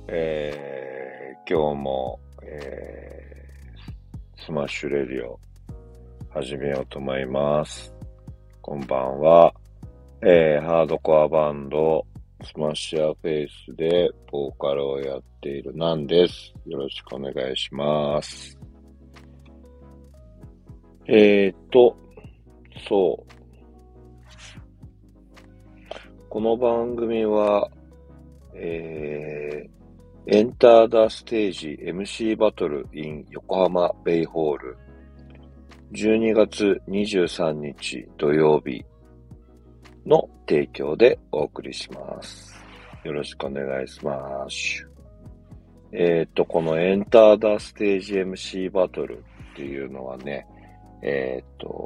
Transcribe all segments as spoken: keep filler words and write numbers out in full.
えー、今日も、えー、スマッシュレディオ始めようと思います。こんばんは。えー、ハードコアバンドスマッシュアフェイスでボーカルをやっているナンです。よろしくお願いします。えーと、そう。この番組は、えー、エンターダステージ エムシー バトル in 横浜ベイホールじゅうにがつにじゅうさんにち土曜日の提供でお送りします。よろしくお願いします。えっと、このエンターダステージ エムシー バトルっていうのはね、えっ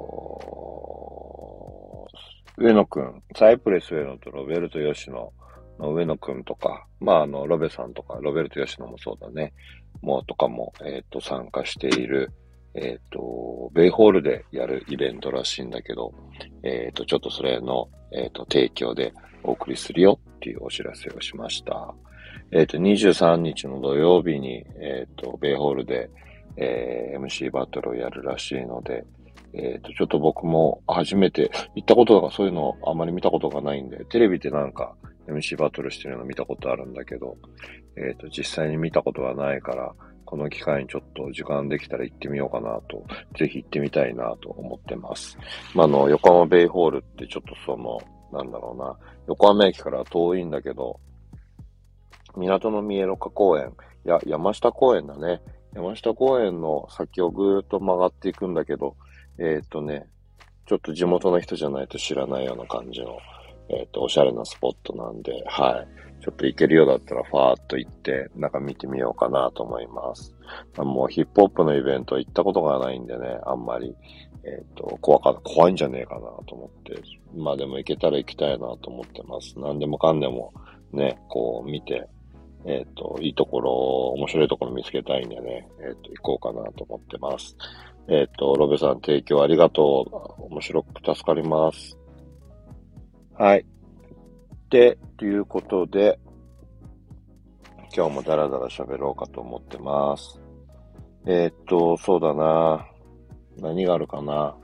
と、上野くん、サイプレス上野とロベルト吉野の上野くんとか、まあ、あの、ロベさんとか、ロベルト吉野もそうだね、もうとかも、えっと、参加している、えっと、ベイホールでやるイベントらしいんだけど、えっと、ちょっとそれの、えっと、提供でお送りするよっていうお知らせをしました。えっと、にじゅうさんにちの土曜日に、えっと、ベイホールで、えー、エムシー バトルをやるらしいので、えっと、ちょっと僕も初めて行ったことが、そういうのあんまり見たことがないんで、テレビでなんか エムシー バトルしてるの見たことあるんだけど、えっと、実際に見たことがないから、この機会にちょっと時間できたら行ってみようかなと、ぜひ行ってみたいなと思ってます。まあ、あの、横浜ベイホールってちょっとその、なんだろうな、横浜駅から遠いんだけど、港の見えろか公園、いや、山下公園だね。山下公園の先をぐーっと曲がっていくんだけど、えーっとね、ちょっと地元の人じゃないと知らないような感じの、えーっと、おしゃれなスポットなんで、はい。ちょっと行けるようだったらファーっと行って、中見てみようかなと思います。もうヒップホップのイベント行ったことがないんでね、あんまり、えーっと、怖か、怖いんじゃねえかなと思って。まあでも行けたら行きたいなと思ってます。何でもかんでもね、こう見て、えっと、いいところ、面白いところ見つけたいんでね、えっと、行こうかなと思ってます。えっと、ロベさん提供ありがとう。面白く助かります。はい。で、ということで、今日もダラダラ喋ろうかと思ってます。えっと、そうだな。何があるかな。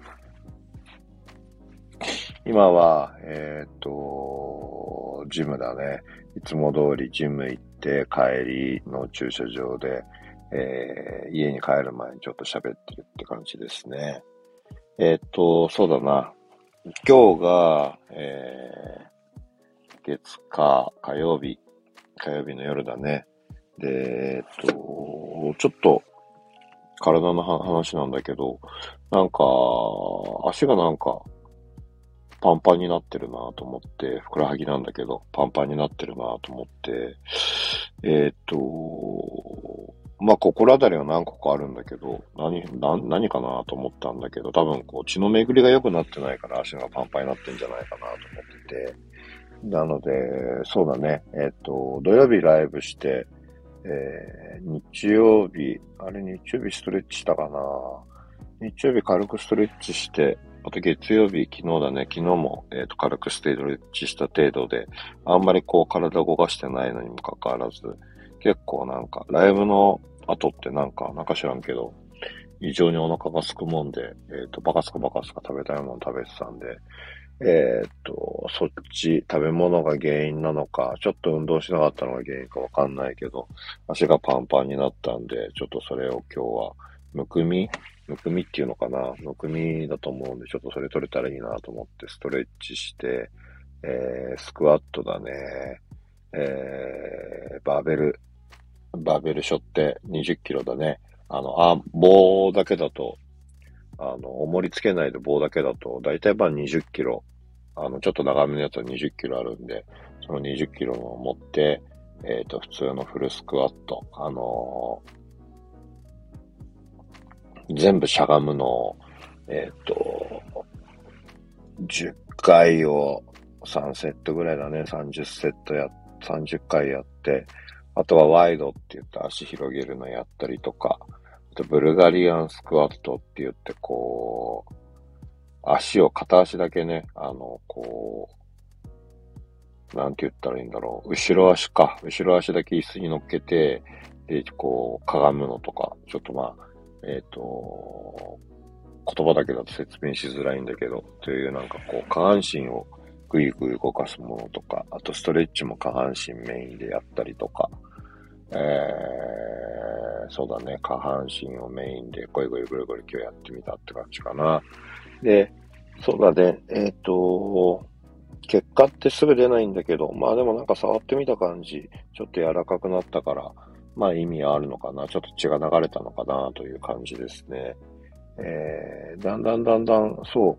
今は、えっと、ジムだね。いつも通りジム行って帰りの駐車場で、えー、家に帰る前にちょっと喋ってるって感じですね。えっと、そうだな。今日が、えー、月火、火曜日、火曜日の夜だね。で、えっと、ちょっと体の話なんだけど、なんか、足がなんか、パンパンになってるなと思って、ふくらはぎなんだけど、パンパンになってるなと思って、えーっと、まあ、心当たりは何個かあるんだけど、何、何、何かなと思ったんだけど、多分こう血の巡りが良くなってないから足がパンパンになってんじゃないかなと思ってて。なので、そうだね。えーっと、土曜日ライブして、えー、日曜日、あれ日曜日ストレッチしたかな。日曜日軽くストレッチして、あと月曜日、昨日だね、昨日も、えっと、軽くストレッチした程度で、あんまりこう体動かしてないのにもかかわらず、結構なんか、ライブの後ってなんか、なんか知らんけど、異常にお腹が空くもんで、えっと、バカスカバカスカ食べたいもの食べてたんで、えっと、そっち、食べ物が原因なのか、ちょっと運動しなかったのが原因かわかんないけど、足がパンパンになったんで、ちょっとそれを今日は、むくみむくみっていうのかな、むくみだと思うんで、ちょっとそれ取れたらいいなと思ってストレッチして、えー、スクワットだね、えー、バーベル、バーベル背負ってにじゅっキロだね。あの、あ、棒だけだと、あの、重りつけないで棒だけだと、だいたいまあにじゅっキロ、あの、ちょっと長めのやつはにじゅっキロあるんで、そのにじゅっキロを持って、えっと、普通のフルスクワット、あのー全部しゃがむのを、えっと、じゅっかいをさんセットぐらいだね。さんじゅっセットや、さんじゅっかいやって、あとはワイドって言って足広げるのやったりとか、あとブルガリアンスクワットって言ってこう、足を片足だけね、あの、こなんて言ったらいいんだろう。後ろ足か。後ろ足だけ椅子に乗っけて、で、こう、かがむのとか、ちょっとまあ、えっと、言葉だけだと説明しづらいんだけど、というなんかこう、下半身をぐいぐい動かすものとか、あとストレッチも下半身メインでやったりとか、えー、そうだね、下半身をメインでゴリゴリゴリゴリ今日やってみたって感じかな。で、そうだね、えっと、結果ってすぐ出ないんだけど、まあでもなんか触ってみた感じ、ちょっと柔らかくなったから、まあ意味あるのかな、ちょっと血が流れたのかなという感じですね。えー、だんだんだんだん、そう、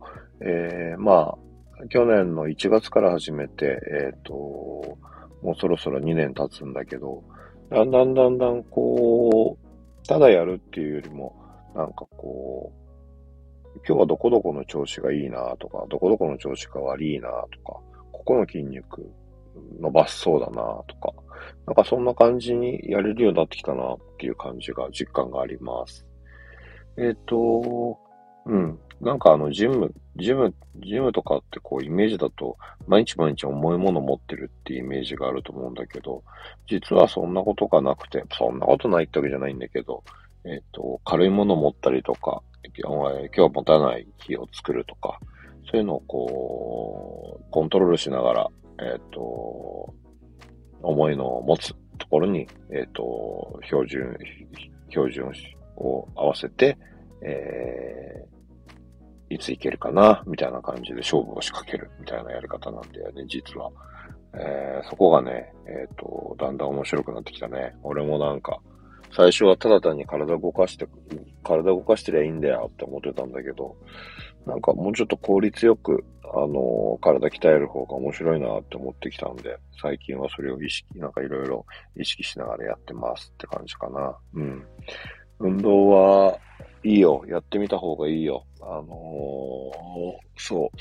えー、まあ、去年のいちがつから始めて、えっと、もうそろそろにねん経つんだけど、だんだんだんだんこう、ただやるっていうよりも、なんかこう、今日はどこどこの調子がいいなとか、どこどこの調子が悪いなとか、ここの筋肉伸ばしそうだなとか、なんかそんな感じにやれるようになってきたなっていう感じが、実感があります。えっと、うん。なんかあの、ジム、ジム、ジムとかってこう、イメージだと、毎日毎日重いもの持ってるっていうイメージがあると思うんだけど、実はそんなことがなくて、そんなことないってわけじゃないんだけど、えっと、軽いもの持ったりとか、今日は持たない日を作るとか、そういうのをこう、コントロールしながら、えっと、重いのを持つところに、えっと、標準、標準を合わせて、えー、いついけるかな、みたいな感じで勝負を仕掛けるみたいなやり方なんだよね、実は。えー、そこがね、えっと、だんだん面白くなってきたね。俺もなんか、最初はただ単に体動かして、体動かしてりゃいいんだよって思ってたんだけど、なんかもうちょっと効率よく、あのー体鍛える方が面白いなって思ってきたんで、最近はそれを意識、なんかいろいろ意識しながらやってますって感じかな。うん。運動はいいよ。やってみた方がいいよ。あのーそう。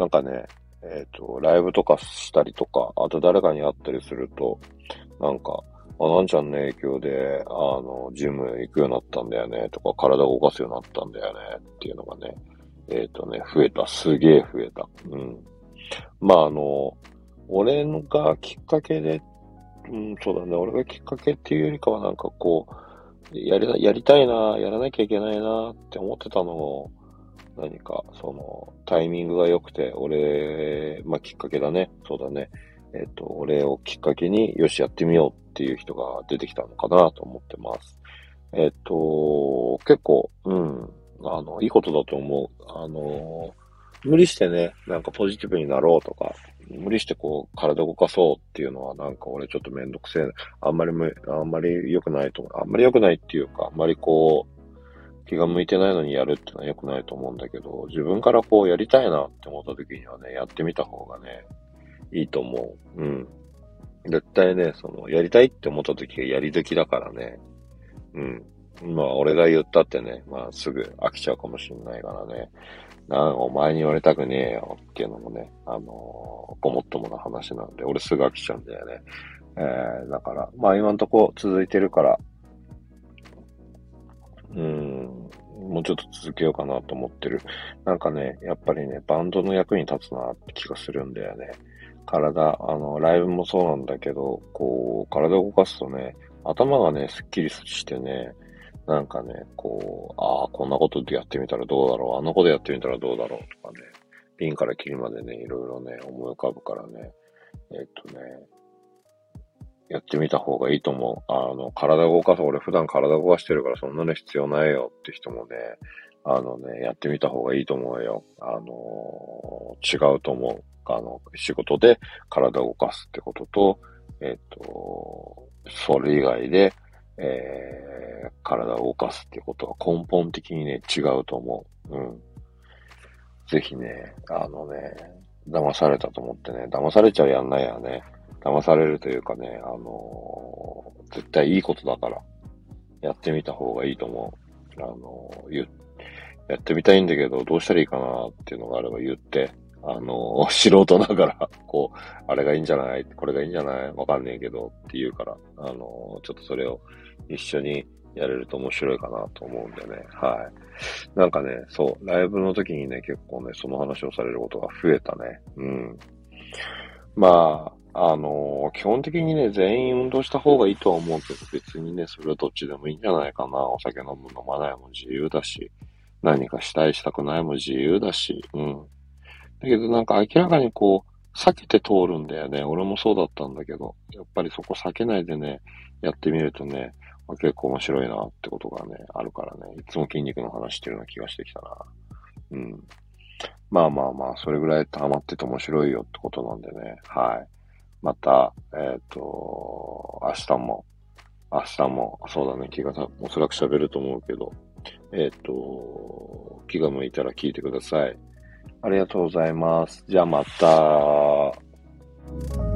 なんかね、えっと、ライブとかしたりとか、あと誰かに会ったりすると、なんか、あ、なんちゃんの影響で、あの、ジム行くようになったんだよね、とか、体を動かすようになったんだよね、っていうのがね、えっとね、増えた。すげえ増えた。うん。まあ、あの、俺がきっかけで、うん、そうだね、俺がきっかけっていうよりかはなんかこう、やりな、やりたいな、やらなきゃいけないなって思ってたのを、何か、その、タイミングが良くて、俺、まあ、きっかけだね。そうだね。えっと、俺をきっかけに、よし、やってみようっていう人が出てきたのかなと思ってます。えっと、結構、うん、あの、いいことだと思う。あの、無理してね、なんかポジティブになろうとか、無理してこう、体を動かそうっていうのはなんか俺ちょっとめんどくせえ、あんまりむ、あんまり良くないと思う。あんまり良くないっていうか、あんまりこう、気が向いてないのにやるっていうのは良くないと思うんだけど、自分からこうやりたいなって思った時にはね、やってみた方がね、いいと思う。うん。絶対ね、その、やりたいって思った時がやり時だからね。うん。まあ、俺が言ったってね、まあ、すぐ飽きちゃうかもしんないからね。なんかお前に言われたくねえよっていうのもね、あのーごもっともな話なんで、俺すぐ飽きちゃうんだよね。えー、だから、まあ今んとこ続いてるから、うーん、もうちょっと続けようかなと思ってる。なんかね、やっぱりね、バンドの役に立つなって気がするんだよね。体、あの、ライブもそうなんだけど、こう、体を動かすとね、頭がね、スッキリしてね、なんかね、こう、ああ、こんなことでやってみたらどうだろう、あのことやってみたらどうだろうとかね、ピンからキリまでね、いろいろね、思い浮かぶからね、えっとね、やってみた方がいいと思う。あの、体を動かす、俺普段体を動かしてるからそんなの必要ないよって人もね、あのね、やってみた方がいいと思うよ。あの、違うと思う。あの、仕事で体を動かすってことと、えっと、それ以外で、えー、体を動かすってことは根本的にね、違うと思う。うん。ぜひね、あのね、騙されたと思ってね、騙されちゃやんないやね。騙されるというかね、あのー絶対いいことだから、やってみた方がいいと思う。あのー言やってみたいんだけど、どうしたらいいかなっていうのがあれば言って、あのー素人ながら、こう、あれがいいんじゃないこれがいいんじゃないわかんねえけどって言うから、あのーちょっとそれを一緒にやれると面白いかなと思うんでね。はい。なんかね、そう、ライブの時にね、結構ね、その話をされることが増えたね。うん。まあ、 あのー基本的にね、全員運動した方がいいとは思うけど、別にね、それはどっちでもいいんじゃないかな。お酒飲む飲まないも自由だし、何かしたいしたくないも自由だし、うん。だけどなんか明らかにこう、避けて通るんだよね。俺もそうだったんだけど、やっぱりそこ避けないでね、やってみるとね、まあ結構面白いなってことがね、あるからね、いつも筋肉の話してるような気がしてきたな。うん。まあまあまあ、それぐらい溜まってて面白いよってことなんでね。はい。また、えっと、明日も、明日も、そうだね、気がた、おそらく喋ると思うけど、えっと、気が向いたら聞いてください。ありがとうございます。じゃあまた。